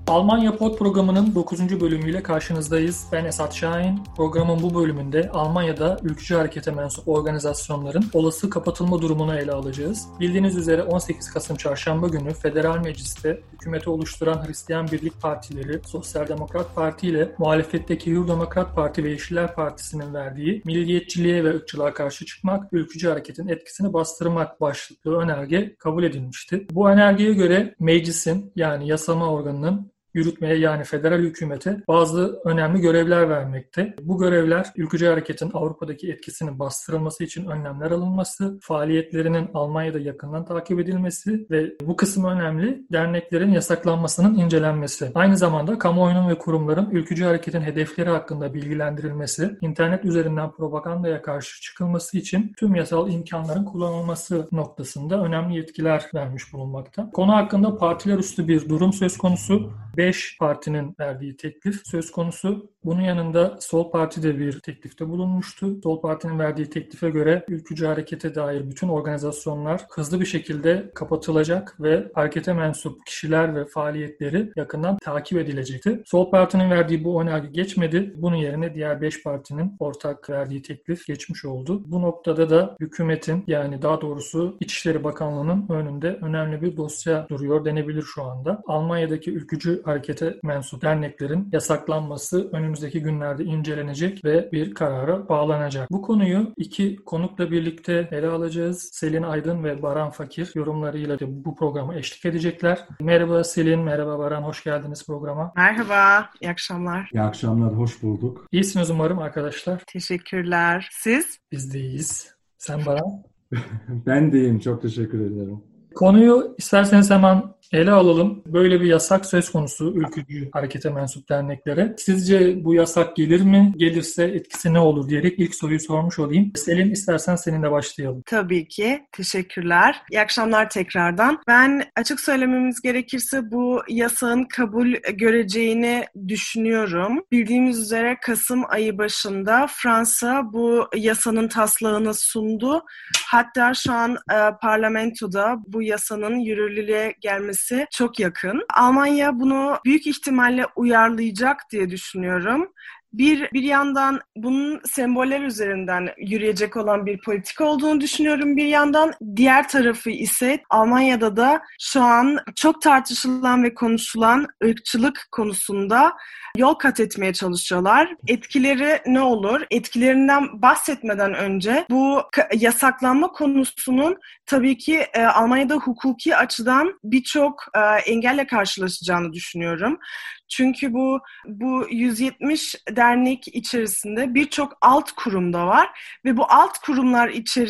Almanya Pod programının 9. bölümüyle karşınızdayız. Ben Esat Şahin. Programın bu bölümünde Almanya'da ülkücü harekete mensup organizasyonların olası kapatılma durumunu ele alacağız. Bildiğiniz üzere 18 Kasım Çarşamba günü Federal Meclis'te hükümeti oluşturan Hristiyan Birlik Partileri, Sosyal Demokrat Parti ile muhalefetteki Hür Demokrat Parti ve Yeşiller Partisi'nin verdiği milliyetçiliğe ve ırkçılığa karşı çıkmak, ülkücü hareketin etkisini bastırmak başlıklı önerge kabul edilmişti. Bu önergeye göre meclisin yani yasama organının yürütmeye yani federal hükümete bazı önemli görevler vermekte. Bu görevler ülkücü hareketin Avrupa'daki etkisinin bastırılması için önlemler alınması, faaliyetlerinin Almanya'da yakından takip edilmesi ve bu kısım önemli, derneklerin yasaklanmasının incelenmesi. Aynı zamanda kamuoyunun ve kurumların ülkücü hareketin hedefleri hakkında bilgilendirilmesi, internet üzerinden propagandaya karşı çıkılması için tüm yasal imkanların kullanılması noktasında önemli yetkiler vermiş bulunmakta. Konu hakkında partiler üstü bir durum söz konusu. 5 partinin verdiği teklif söz konusu. Bunun yanında Sol Parti de bir teklifte bulunmuştu. Sol Parti'nin verdiği teklife göre ülkücü harekete dair bütün organizasyonlar hızlı bir şekilde kapatılacak ve harekete mensup kişiler ve faaliyetleri yakından takip edilecekti. Sol Parti'nin verdiği bu önerge geçmedi. Bunun yerine diğer 5 partinin ortak verdiği teklif geçmiş oldu. Bu noktada da hükümetin yani daha doğrusu İçişleri Bakanlığı'nın önünde önemli bir dosya duruyor denebilir şu anda. Almanya'daki ülkücü harekete mensup derneklerin yasaklanması önümüzdeki günlerde incelenecek ve bir karara bağlanacak. Bu konuyu iki konukla birlikte ele alacağız. Selin Aydın ve Baran Fakir yorumlarıyla da bu programa eşlik edecekler. Merhaba Selin, merhaba Baran, hoş geldiniz programa. Merhaba, iyi akşamlar. İyi akşamlar, hoş bulduk. İyisiniz umarım arkadaşlar. Teşekkürler. Siz? Biz de iyiyiz. Sen Baran? Ben de iyiyim, çok teşekkür ederim. Konuyu isterseniz hemen ele alalım. Böyle bir yasak söz konusu ülkücü harekete mensup derneklere. Sizce bu yasak gelir mi? Gelirse etkisi ne olur diyerek ilk soruyu sormuş olayım. Selin, istersen seninle başlayalım. Tabii ki. Teşekkürler. İyi akşamlar tekrardan. Ben açık söylememiz gerekirse bu yasağın kabul göreceğini düşünüyorum. Bildiğimiz üzere Kasım ayı başında Fransa bu yasanın taslağını sundu. Hatta şu an parlamentoda bu yasanın yürürlüğe gelmesi çok yakın. Almanya bunu büyük ihtimalle uyarlayacak diye düşünüyorum. Bir yandan bunun semboller üzerinden yürüyecek olan bir politika olduğunu düşünüyorum. Bir yandan diğer tarafı ise Almanya'da da şu an çok tartışılan ve konuşulan ırkçılık konusunda yol kat etmeye çalışıyorlar. Etkileri ne olur? Etkilerinden bahsetmeden önce bu yasaklanma konusunun tabii ki Almanya'da hukuki açıdan birçok engelle karşılaşacağını düşünüyorum. Çünkü bu 170 dernek içerisinde birçok alt kurum da var ve bu alt kurumlar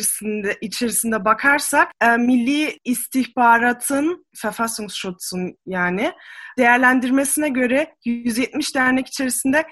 içerisinde bakarsak Milli İstihbarat'ın Verfassungsschutz'un yani değerlendirmesine göre 170 dernek içerisinde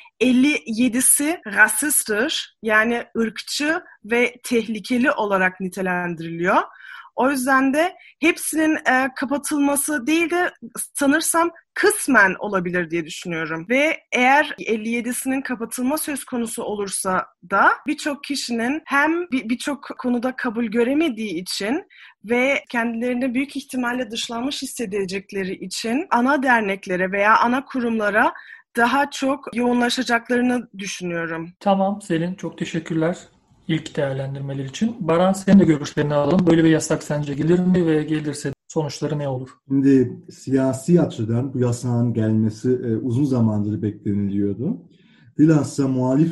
57'si rasistisch yani ırkçı ve tehlikeli olarak nitelendiriliyor. O yüzden de hepsinin kapatılması değil de sanırsam kısmen olabilir diye düşünüyorum. Ve eğer 57'sinin kapatılma söz konusu olursa da birçok kişinin hem birçok konuda kabul göremediği için ve kendilerini büyük ihtimalle dışlanmış hissedecekleri için ana derneklere veya ana kurumlara daha çok yoğunlaşacaklarını düşünüyorum. Tamam Selin, çok teşekkürler İlk değerlendirmeler için. Baran, senin de görüşlerini alalım. Böyle bir yasak sence gelir mi ve gelirse sonuçları ne olur? Şimdi siyasi açıdan bu yasağın gelmesi uzun zamandır bekleniliyordu. Bilhassa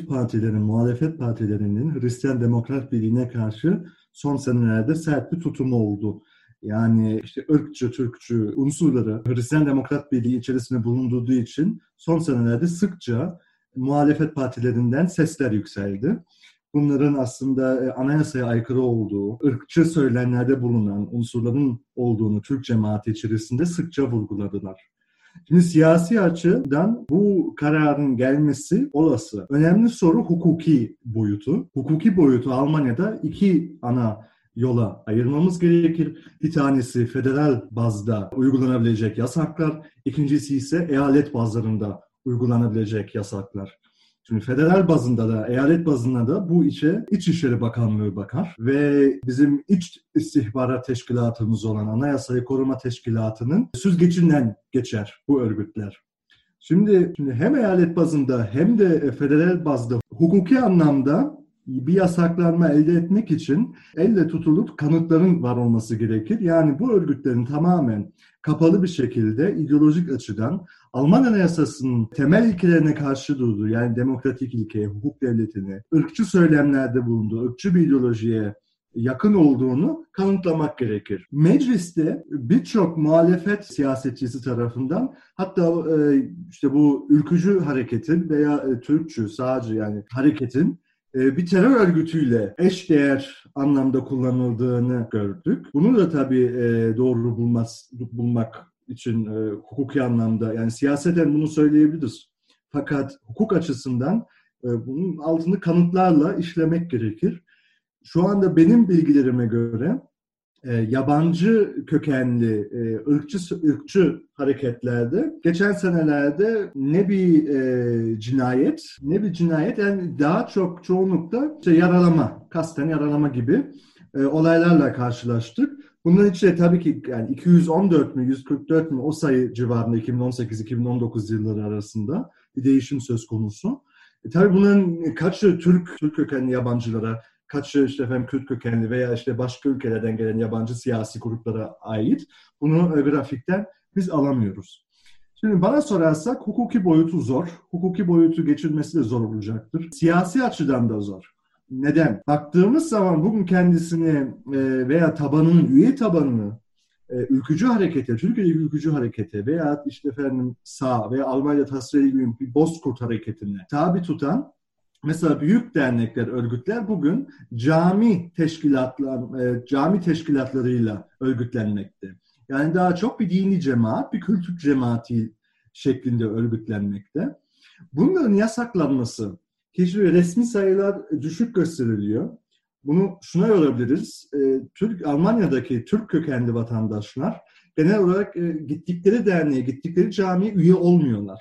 muhalefet partilerinin Hristiyan Demokrat Birliği'ne karşı son senelerde sert bir tutumu oldu. Yani işte ırkçı, Türkçü unsurları Hristiyan Demokrat Birliği içerisinde bulunduğu için son senelerde sıkça muhalefet partilerinden sesler yükseldi. Bunların aslında anayasaya aykırı olduğu, ırkçı söylemlerde bulunan unsurların olduğunu Türk cemaati içerisinde sıkça vurguladılar. Şimdi siyasi açıdan bu kararın gelmesi olası. Önemli soru hukuki boyutu. Hukuki boyutu Almanya'da iki ana yola ayırmamız gerekir. Bir tanesi federal bazda uygulanabilecek yasaklar, ikincisi ise eyalet bazlarında uygulanabilecek yasaklar. Şimdi federal bazında da, eyalet bazında da bu işe İçişleri Bakanlığı bakar ve bizim iç istihbarat teşkilatımız olan Anayasayı Koruma Teşkilatı'nın süzgecinden geçer bu örgütler. Şimdi hem eyalet bazında hem de federal bazda hukuki anlamda bir yasaklanma elde etmek için elle tutulup kanıtların var olması gerekir. Yani bu örgütlerin tamamen kapalı bir şekilde ideolojik açıdan Alman Anayasası'nın temel ilkelerine karşı durduğu, yani demokratik ilkeye, hukuk devletine, ırkçı söylemlerde bulunduğu, ırkçı bir ideolojiye yakın olduğunu kanıtlamak gerekir. Mecliste birçok muhalefet siyasetçisi tarafından, hatta işte bu ülkücü hareketin veya Türkçü, sağcı yani hareketin bir terör örgütüyle eşdeğer anlamda kullanıldığını gördük. Bunu da tabii doğru bulmak için hukuki anlamda, yani siyaseten bunu söyleyebiliriz. Fakat hukuk açısından bunun altını kanıtlarla işlemek gerekir. Şu anda benim bilgilerime göre yabancı kökenli ırkçı hareketlerde geçen senelerde ne bir cinayet yani daha çok çoğunlukla yaralama, kasten yaralama gibi olaylarla karşılaştık. Bunların içinde tabii ki yani 214 mü 144 mü o sayı civarında 2018-2019 yılları arasında bir değişim söz konusu. Tabii bunun kaçı Türk kökenli yabancılara, kaçı işte efendim Kürt kökenli veya işte başka ülkelerden gelen yabancı siyasi gruplara ait. Bunu grafikten biz alamıyoruz. Şimdi bana sorarsak hukuki boyutu zor. Hukuki boyutu geçirmesi de zor olacaktır. Siyasi açıdan da zor. Neden? Baktığımız zaman bugün kendisini veya tabanının, üye tabanını ülkücü harekete, Türkiye'deki ülkücü harekete veya işte efendim sağ veya Almanya tasfiye gibi bir Bozkurt hareketine tabi tutan mesela büyük dernekler, örgütler bugün cami teşkilatlarıyla örgütlenmekte. Yani daha çok bir dini cemaat, bir kültür cemaati şeklinde örgütlenmekte. Bunların yasaklanması, ki resmi sayılar düşük gösteriliyor. Bunu şuna yorabiliriz. Almanya'daki Türk kökenli vatandaşlar genel olarak gittikleri derneğe, gittikleri camiye üye olmuyorlar.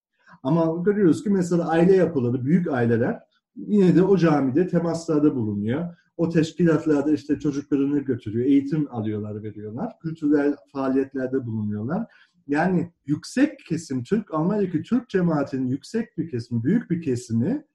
Ama görüyoruz ki mesela aile yapıları, büyük aileler yine de o camide temaslarda bulunuyor. O teşkilatlarda işte çocuklarını götürüyor, eğitim alıyorlar, veriyorlar. Kültürel faaliyetlerde bulunuyorlar. Yani yüksek kesim, Almanya'daki Türk cemaatinin yüksek bir kesimi, büyük bir kesimi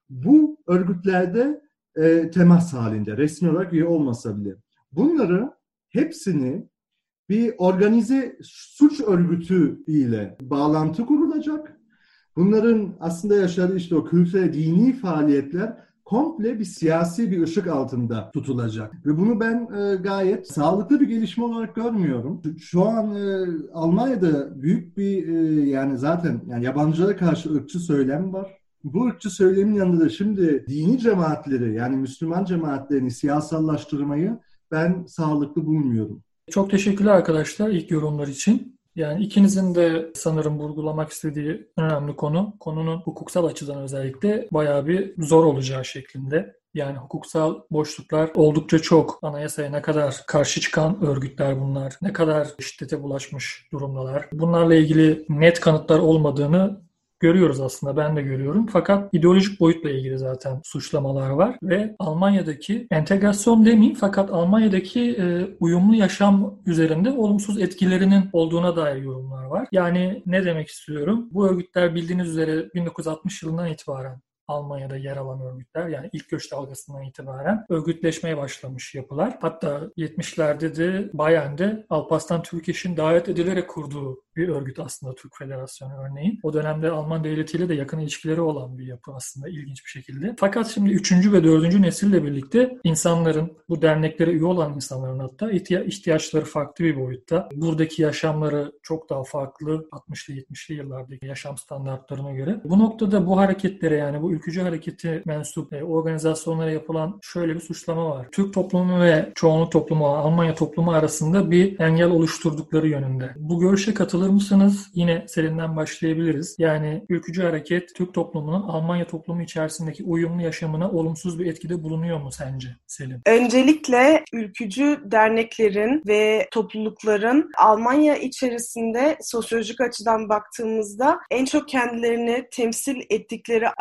bu örgütlerde temas halinde, resmi olarak üye olmasa bile. Bunları hepsini bir organize suç örgütü ile bağlantı kurulacak. Bunların aslında yaşadığı işte o kültürel, dini faaliyetler komple bir siyasi bir ışık altında tutulacak. Ve bunu ben gayet sağlıklı bir gelişme olarak görmüyorum. Şu an Almanya'da büyük bir yani zaten yani yabancılara karşı ırkçı söylem var. Bu ırkçı söylemin yanında da şimdi dini cemaatleri, yani Müslüman cemaatlerini siyasallaştırmayı ben sağlıklı bulmuyorum. Çok teşekkürler arkadaşlar ilk yorumlar için. Yani ikinizin de sanırım vurgulamak istediği önemli konunun hukuksal açıdan özellikle bayağı bir zor olacağı şeklinde. Yani hukuksal boşluklar oldukça çok. Anayasaya ne kadar karşı çıkan örgütler bunlar, ne kadar şiddete bulaşmış durumdalar. Bunlarla ilgili net kanıtlar olmadığını görüyoruz aslında, ben de görüyorum. Fakat ideolojik boyutla ilgili zaten suçlamalar var ve Almanya'daki entegrasyon demeyeyim fakat Almanya'daki uyumlu yaşam üzerinde olumsuz etkilerinin olduğuna dair yorumlar var. Yani ne demek istiyorum? Bu örgütler bildiğiniz üzere 1960 yılından itibaren Almanya'da yer alan örgütler, yani ilk göç dalgasından itibaren örgütleşmeye başlamış yapılar. Hatta 70'lerde de Bayern'de Alparslan Türkeş'in davet edilerek kurduğu bir örgüt aslında Türk Federasyonu örneğin. O dönemde Alman devletiyle de yakın ilişkileri olan bir yapı aslında ilginç bir şekilde. Fakat şimdi 3. ve 4. nesille birlikte insanların, bu derneklere üye olan insanların hatta ihtiyaçları farklı bir boyutta. Buradaki yaşamları çok daha farklı 60'lı 70'li yıllardaki yaşam standartlarına göre. Bu noktada bu hareketlere, yani bu ülkücü hareketi mensup organizasyonlara yapılan şöyle bir suçlama var. Türk toplumu ve çoğunluk toplumu, Almanya toplumu arasında bir engel oluşturdukları yönünde. Bu görüşe katılır mısınız? Yine Selin'den başlayabiliriz. Yani ülkücü hareket Türk toplumunun Almanya toplumu içerisindeki uyumlu yaşamına olumsuz bir etkide bulunuyor mu sence Selin? Öncelikle ülkücü derneklerin ve toplulukların Almanya içerisinde sosyolojik açıdan baktığımızda en çok kendilerini temsil ettikleri alanlardan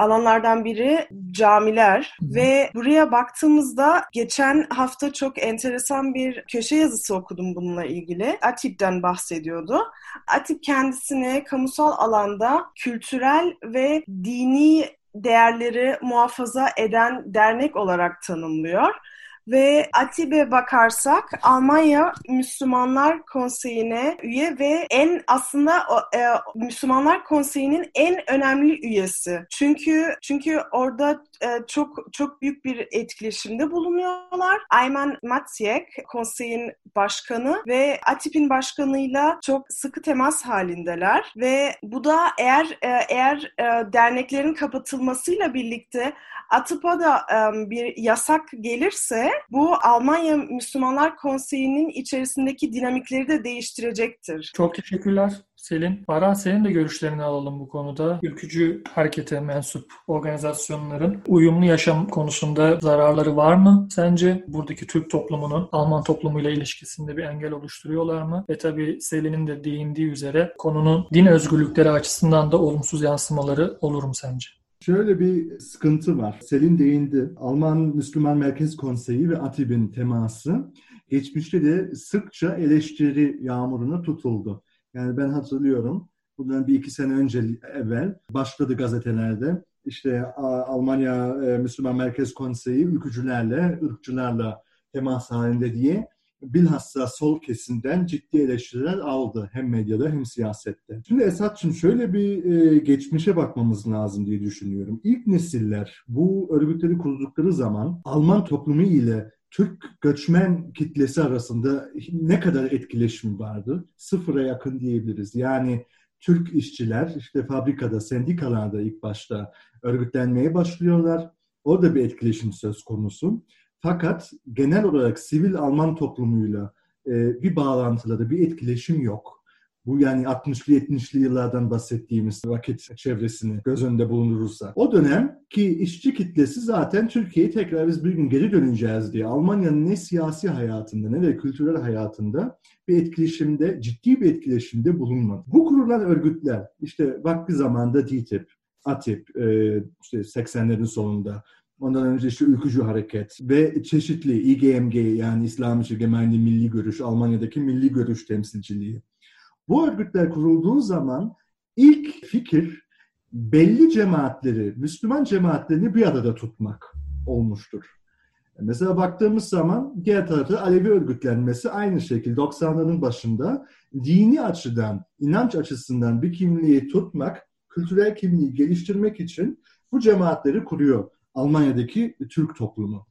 Bunlardan biri camiler ve buraya baktığımızda geçen hafta çok enteresan bir köşe yazısı okudum bununla ilgili. ATİB'den bahsediyordu. ATİB kendisini kamusal alanda kültürel ve dini değerleri muhafaza eden dernek olarak tanımlıyor. Ve ATİB'e bakarsak Almanya Müslümanlar Konseyi'ne üye ve Müslümanlar Konseyi'nin en önemli üyesi. Çünkü orada çok büyük bir etkileşimde bulunuyorlar. Ayman Maciek konseyin başkanı ve ATİB'in başkanıyla çok sıkı temas halindeler ve bu da eğer derneklerin kapatılmasıyla birlikte ATİB'e da bir yasak gelirse bu Almanya Müslümanlar Konseyi'nin içerisindeki dinamikleri de değiştirecektir. Çok teşekkürler Selin. Baran, senin de görüşlerini alalım bu konuda. Ülkücü harekete mensup organizasyonların uyumlu yaşam konusunda zararları var mı? Sence buradaki Türk toplumunun Alman toplumuyla ilişkisinde bir engel oluşturuyorlar mı? Ve tabii Selin'in de değindiği üzere konunun din özgürlükleri açısından da olumsuz yansımaları olur mu sence? Şöyle bir sıkıntı var. Selin değindi. Alman Müslüman Merkez Konseyi ve ATİB'in teması geçmişte de sıkça eleştiri yağmuruna tutuldu. Yani ben hatırlıyorum, bundan 1-2 sene evvel başladı gazetelerde. İşte Almanya Müslüman Merkez Konseyi ülkücülerle, ırkçılarla temas halinde diye bilhassa sol kesimden ciddi eleştiriler aldı. Hem medyada hem siyasette. Şimdi Esat'cığım şöyle bir geçmişe bakmamız lazım diye düşünüyorum. İlk nesiller bu örgütleri kurdukları zaman Alman toplumu ile Türk göçmen kitlesi arasında ne kadar etkileşim vardı? Sıfıra yakın diyebiliriz. Yani Türk işçiler işte fabrikada, sendikalarda ilk başta örgütlenmeye başlıyorlar. Orada bir etkileşim söz konusu. Fakat genel olarak sivil Alman toplumuyla bir bağlantıları, bir etkileşim yok. Bu yani 60'lı 70'li yıllardan bahsettiğimiz vakit çevresini göz önünde bulundurursa. O dönemki işçi kitlesi zaten Türkiye'yi tekrar biz bir gün geri döneceğiz diye Almanya'nın ne siyasi hayatında ne de kültürel hayatında bir etkileşimde, ciddi bir etkileşimde bulunmadı. Bu kurulan örgütler işte vakti zamanında DİTİB, ATİB, işte 80'lerin sonunda, ondan önce işte Ülkücü Hareket ve çeşitli İGMG yani İslamische Gemeinde Milli Görüş, Almanya'daki milli görüş temsilciliği. Bu örgütler kurulduğu zaman ilk fikir belli cemaatleri, Müslüman cemaatlerini bir arada tutmak olmuştur. Mesela baktığımız zaman diğer tarafta Alevi örgütlenmesi aynı şekilde 90'ların başında dini açıdan, inanç açısından bir kimliği tutmak, kültürel kimliği geliştirmek için bu cemaatleri kuruyor Almanya'daki Türk toplumu.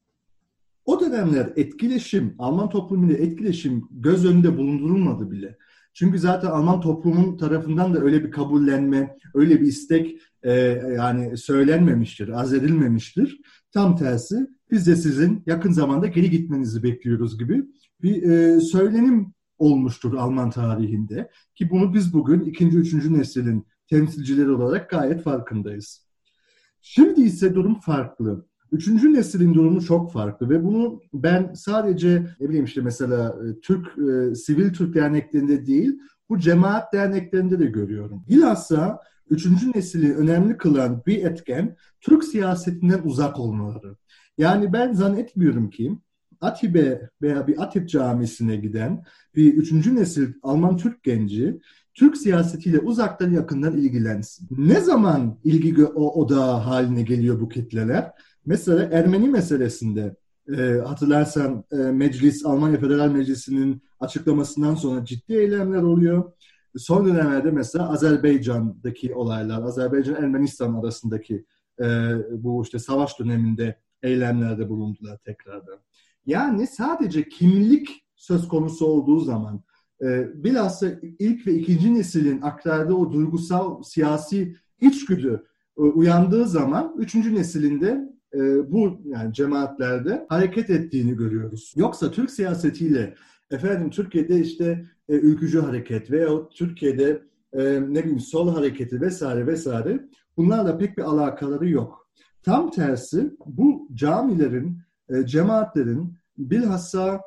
O dönemler etkileşim, Alman toplumuyla etkileşim göz önünde bulundurulmadı bile. Çünkü zaten Alman toplumun tarafından da öyle bir kabullenme, öyle bir istek yani söylenmemiştir, arz edilmemiştir. Tam tersi, biz de sizin yakın zamanda geri gitmenizi bekliyoruz gibi bir söylenim olmuştur Alman tarihinde. Ki bunu biz bugün 2. 3. neslin temsilcileri olarak gayet farkındayız. Şimdi ise durum farklı. 3. neslin durumu çok farklı ve bunu ben sadece işte mesela sivil Türk derneklerinde değil, bu cemaat derneklerinde de görüyorum. Bilhassa 3. nesili önemli kılan bir etken Türk siyasetinden uzak olmaları. Yani ben zannetmiyorum ki ATİB'e veya bir ATİB camisine giden bir 3. nesil Alman Türk genci Türk siyasetiyle uzaktan yakından ilgilensin. Ne zaman ilgi odağı haline geliyor bu kitleler? Mesela Ermeni meselesinde hatırlarsan Almanya Federal Meclisi'nin açıklamasından sonra ciddi eylemler oluyor. Son dönemlerde mesela Azerbaycan'daki olaylar, Azerbaycan-Ermenistan arasındaki bu işte savaş döneminde eylemlerde bulundular tekrardan. Yani sadece kimlik söz konusu olduğu zaman bilhassa ilk ve ikinci neslin aktardığı o duygusal siyasi içgüdü uyandığı zaman 3. neslinde bu yani cemaatlerde hareket ettiğini görüyoruz. Yoksa Türk siyasetiyle Türkiye'de işte ülkücü hareket veya Türkiye'de sol hareketi vesaire bunlarla pek bir alakaları yok. Tam tersi bu camilerin, cemaatlerin bilhassa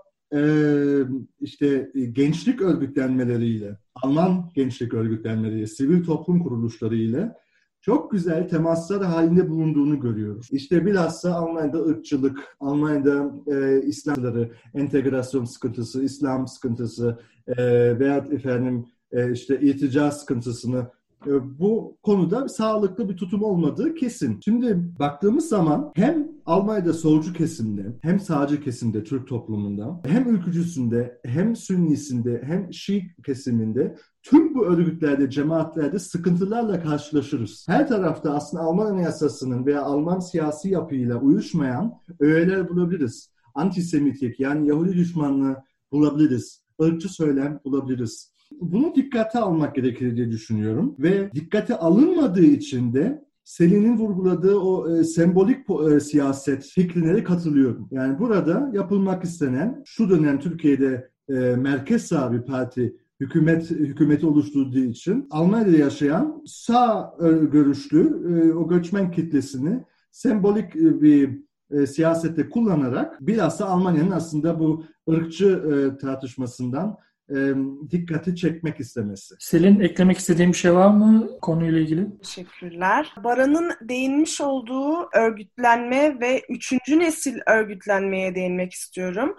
işte gençlik örgütlenmeleriyle, Alman gençlik örgütlenmeleriyle, sivil toplum kuruluşlarıyla çok güzel temaslar halinde bulunduğunu görüyoruz. İşte bilhassa Almanya'da ırkçılık, Almanya'da İslamcıları, entegrasyon sıkıntısı, İslam sıkıntısı veya efendim işte irtica sıkıntısını bu konuda sağlıklı bir tutum olmadığı kesin. Şimdi baktığımız zaman hem Almanya'da solcu kesimde, hem sağcı kesimde, Türk toplumunda, hem ülkücüsünde, hem Sünnisinde, hem Şii kesiminde tüm bu örgütlerde, cemaatlerde sıkıntılarla karşılaşırız. Her tarafta aslında Alman Anayasası'nın veya Alman siyasi yapıyla uyuşmayan öğeler bulabiliriz. Antisemitik yani Yahudi düşmanlığı bulabiliriz. Irkçı söylem bulabiliriz. Bunu dikkate almak gerekir diye düşünüyorum. Ve dikkate alınmadığı için de Selin'in vurguladığı o sembolik siyaset fikrine de katılıyorum. Yani burada yapılmak istenen şu dönem Türkiye'de merkez sağ bir parti hükümeti oluşturduğu için Almanya'da yaşayan sağ görüşlü o göçmen kitlesini sembolik bir siyasette kullanarak bilhassa Almanya'nın aslında bu ırkçı tartışmasından dikkati çekmek istemesi. Selin, eklemek istediğin bir şey var mı konuyla ilgili? Teşekkürler. Baran'ın değinmiş olduğu örgütlenme ve üçüncü nesil örgütlenmeye değinmek istiyorum.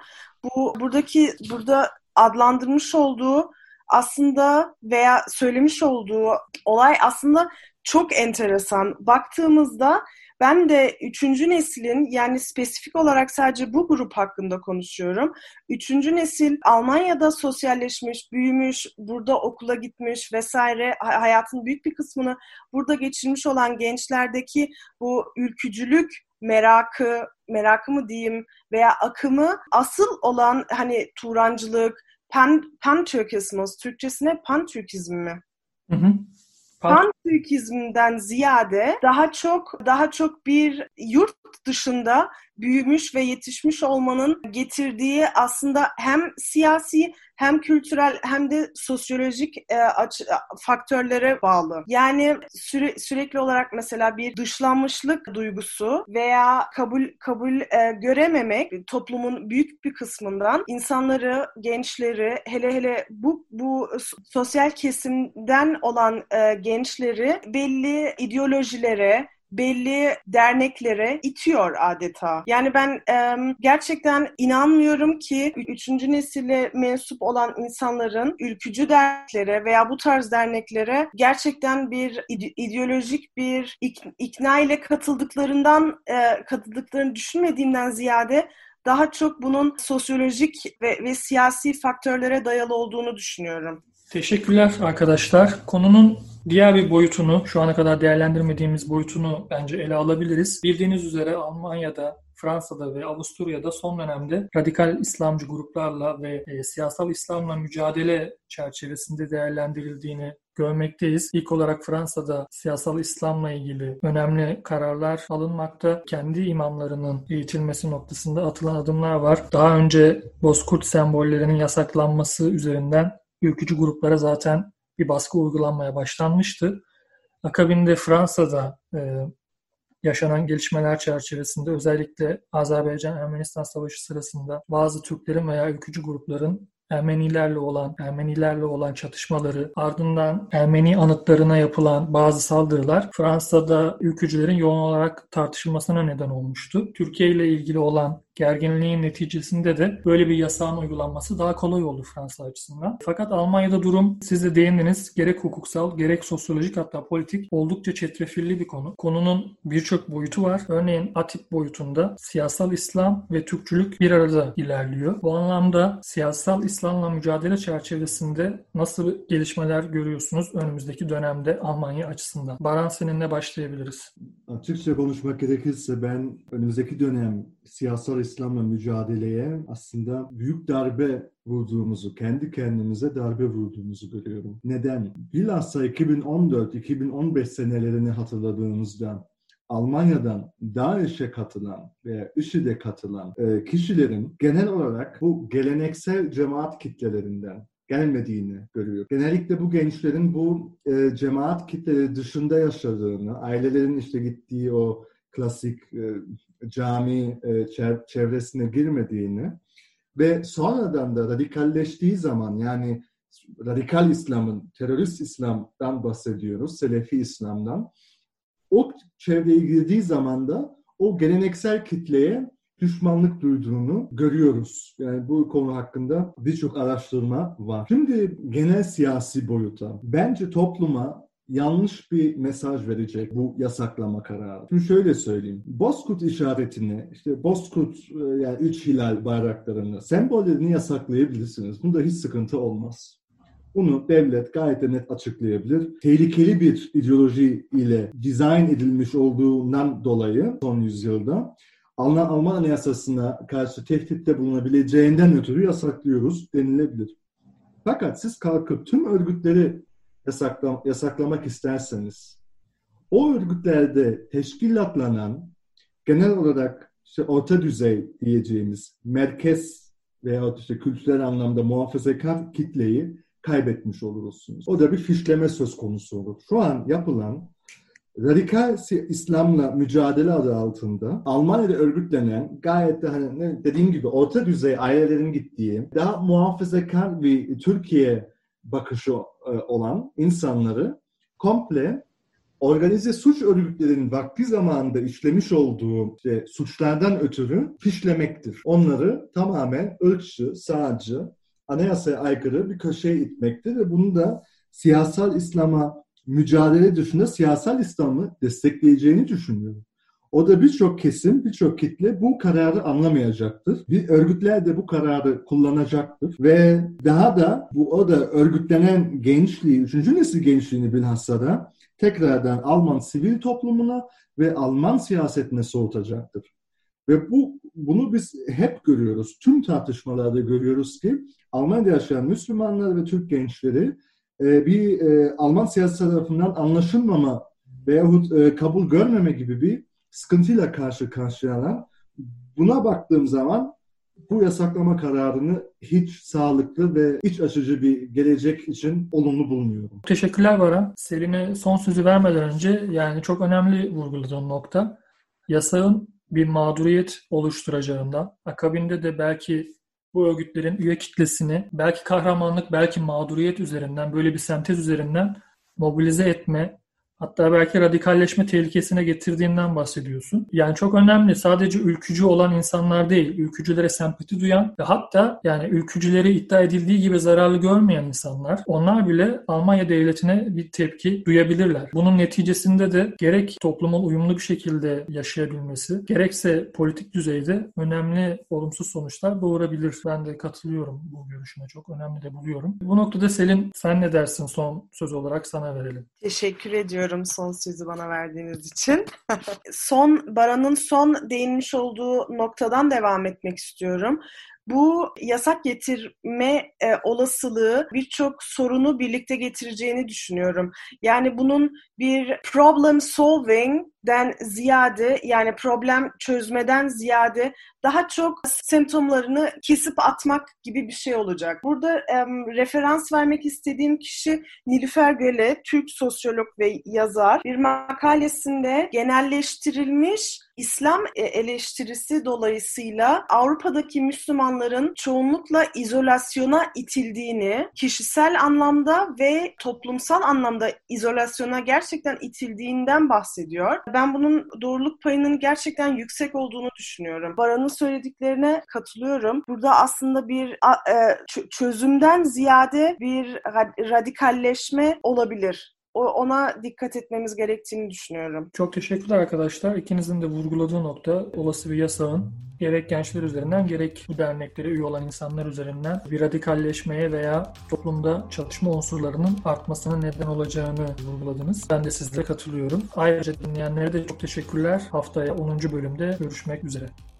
Burada adlandırmış olduğu aslında veya söylemiş olduğu olay aslında çok enteresan. Baktığımızda ben de üçüncü neslin, yani spesifik olarak sadece bu grup hakkında konuşuyorum. Üçüncü nesil Almanya'da sosyalleşmiş, büyümüş, burada okula gitmiş vesaire, hayatın büyük bir kısmını burada geçirmiş olan gençlerdeki bu ülkücülük merakı mı diyeyim veya akımı asıl olan hani Turancılık, Pan-Türkismus, Türkçesine Pan-Türkizm mi? Hı hı. Pan-Türkizmden ziyade daha çok bir yurt dışında büyümüş ve yetişmiş olmanın getirdiği aslında hem siyasi hem kültürel hem de sosyolojik faktörlere bağlı. Yani sürekli olarak mesela bir dışlanmışlık duygusu veya kabul görememek toplumun büyük bir kısmından insanları, gençleri, hele bu sosyal kesimden olan gençleri belli ideolojilere, belli derneklere itiyor adeta. Yani ben gerçekten inanmıyorum ki üçüncü nesile mensup olan insanların ülkücü derneklere veya bu tarz derneklere gerçekten bir ideolojik bir ikna ile katıldıklarını düşünmediğimden ziyade daha çok bunun sosyolojik ve siyasi faktörlere dayalı olduğunu düşünüyorum. Teşekkürler arkadaşlar. Konunun diğer bir boyutunu, şu ana kadar değerlendirmediğimiz boyutunu bence ele alabiliriz. Bildiğiniz üzere Almanya'da, Fransa'da ve Avusturya'da son dönemde radikal İslamcı gruplarla ve siyasal İslam'la mücadele çerçevesinde değerlendirildiğini görmekteyiz. İlk olarak Fransa'da siyasal İslam'la ilgili önemli kararlar alınmakta. Kendi imamlarının eğitilmesi noktasında atılan adımlar var. Daha önce Bozkurt sembollerinin yasaklanması üzerinden ülkücü gruplara zaten bir baskı uygulanmaya başlanmıştı. Akabinde Fransa'da yaşanan gelişmeler çerçevesinde özellikle Azerbaycan-Ermenistan Savaşı sırasında bazı Türklerin veya ülkücü grupların Ermenilerle olan çatışmaları, ardından Ermeni anıtlarına yapılan bazı saldırılar Fransa'da ülkücülerin yoğun olarak tartışılmasına neden olmuştu. Türkiye ile ilgili olan gerginliğin neticesinde de böyle bir yasağın uygulanması daha kolay oldu Fransa açısından. Fakat Almanya'da durum, siz de değindiniz, gerek hukuksal gerek sosyolojik hatta politik oldukça çetrefilli bir konu. Konunun birçok boyutu var. Örneğin atip boyutunda siyasal İslam ve Türkçülük bir arada ilerliyor. Bu anlamda siyasal İslam'la mücadele çerçevesinde nasıl gelişmeler görüyorsunuz önümüzdeki dönemde Almanya açısından? Baran, seninle başlayabiliriz. Açıkça konuşmak gerekirse ben önümüzdeki dönem siyasal İslam'la mücadeleye aslında büyük darbe vurduğumuzu, kendi kendimize darbe vurduğumuzu görüyorum. Neden? Bilhassa 2014-2015 senelerini hatırladığımızda Almanya'dan DAEŞ'e katılan veya IŞİD'e katılan kişilerin genel olarak bu geleneksel cemaat kitlelerinden gelmediğini görüyor. Genellikle bu gençlerin bu cemaat kitleleri dışında yaşadığını, ailelerin işte gittiği o klasik cami çevresine girmediğini ve sonradan da radikalleştiği zaman, yani radikal İslam'ın, terörist İslam'dan bahsediyoruz, Selefi İslam'dan. o çevreye girdiği zaman da o geleneksel kitleye düşmanlık duyduğunu görüyoruz. Yani bu konu hakkında birçok araştırma var. Şimdi genel siyasi boyuta. Bence topluma yanlış bir mesaj verecek bu yasaklama kararı. Şimdi şöyle söyleyeyim. Bozkurt işaretini, işte Bozkurt yani 3 hilal bayraklarını, sembollerini yasaklayabilirsiniz. Bunda hiç sıkıntı olmaz. Bunu devlet gayet de net açıklayabilir. Tehlikeli bir ideoloji ile dizayn edilmiş olduğundan dolayı son yüzyılda Alman Anayasası'na karşı tehditte bulunabileceğinden ötürü yasaklıyoruz denilebilir. Fakat siz kalkıp tüm örgütleri yasaklamak isterseniz, o örgütlerde teşkilatlanan, genel olarak işte orta düzey diyeceğimiz merkez veya işte kültürel anlamda muhafazakar kitleyi kaybetmiş olursunuz. O da bir fişleme söz konusu olur. Şu an yapılan radikal İslam'la mücadele adı altında Almanya'da örgütlenen gayet de hani dediğim gibi orta düzey ailelerin gittiği, daha muhafazakar bir Türkiye bakışı olan insanları komple organize suç örgütlerinin vakti zamanında işlemiş olduğu suçlardan ötürü fişlemektir. Onları tamamen ırkçı, sağcı, anayasaya aykırı bir köşeye itmektir ve bunu da siyasal İslam'a mücadele dışında siyasal İslam'ı destekleyeceğini düşünüyorum. O da birçok kesim, birçok kitle bu kararı anlamayacaktır. Örgütler de bu kararı kullanacaktır. Ve daha da o da örgütlenen gençliği, 3. nesil gençliğini bilhassa da tekrardan Alman sivil toplumuna ve Alman siyasetine soğutacaktır. Ve bunu biz hep görüyoruz. Tüm tartışmalarda görüyoruz ki Almanya'da yaşayan Müslümanlar ve Türk gençleri bir Alman siyaseti tarafından anlaşılmama veyahut kabul görmeme gibi bir sıkıntıyla karşı karşıyalar. Buna baktığım zaman bu yasaklama kararını hiç sağlıklı ve iç açıcı bir gelecek için olumlu bulmuyorum. Teşekkürler Baran. Selin'e son sözü vermeden önce yani çok önemli vurguladığın nokta yasağın bir mağduriyet oluşturacağından, akabinde de belki bu örgütlerin üye kitlesini belki kahramanlık, belki mağduriyet üzerinden, böyle bir sentez üzerinden mobilize etme, hatta belki radikalleşme tehlikesine getirdiğinden bahsediyorsun. Yani çok önemli. Sadece ülkücü olan insanlar değil, ülkücülere sempati duyan ve hatta yani ülkücüleri iddia edildiği gibi zararlı görmeyen insanlar, onlar bile Almanya devletine bir tepki duyabilirler. Bunun neticesinde de gerek toplumun uyumlu bir şekilde yaşayabilmesi, gerekse politik düzeyde önemli olumsuz sonuçlar doğurabilir. Ben de katılıyorum bu görüşüne. Çok önemli de buluyorum. Bu noktada Selin, sen ne dersin? Son söz olarak sana verelim. Teşekkür ediyorum son sözü bana verdiğiniz için. Baran'ın son değinmiş olduğu noktadan devam etmek istiyorum. Bu yasak getirme olasılığı birçok sorunu birlikte getireceğini düşünüyorum. Yani bunun bir problem solving'den ziyade, yani problem çözmeden ziyade daha çok semptomlarını kesip atmak gibi bir şey olacak. Burada referans vermek istediğim kişi Nilüfer Göle, Türk sosyolog ve yazar. Bir makalesinde genelleştirilmiş İslam eleştirisi dolayısıyla Avrupa'daki Müslümanların çoğunlukla izolasyona itildiğini, kişisel anlamda ve toplumsal anlamda izolasyona gerçekten itildiğinden bahsediyor. Ben bunun doğruluk payının gerçekten yüksek olduğunu düşünüyorum. Baran'ın söylediklerine katılıyorum. Burada aslında bir çözümden ziyade bir radikalleşme olabilir. Ona dikkat etmemiz gerektiğini düşünüyorum. Çok teşekkürler arkadaşlar. İkinizin de vurguladığı nokta olası bir yasağın gerek gençler üzerinden gerek bu derneklere üye olan insanlar üzerinden bir radikalleşmeye veya toplumda çalışma unsurlarının artmasına neden olacağını vurguladınız. Ben de sizlere katılıyorum. Ayrıca dinleyenlere de çok teşekkürler. Haftaya 10. bölümde görüşmek üzere.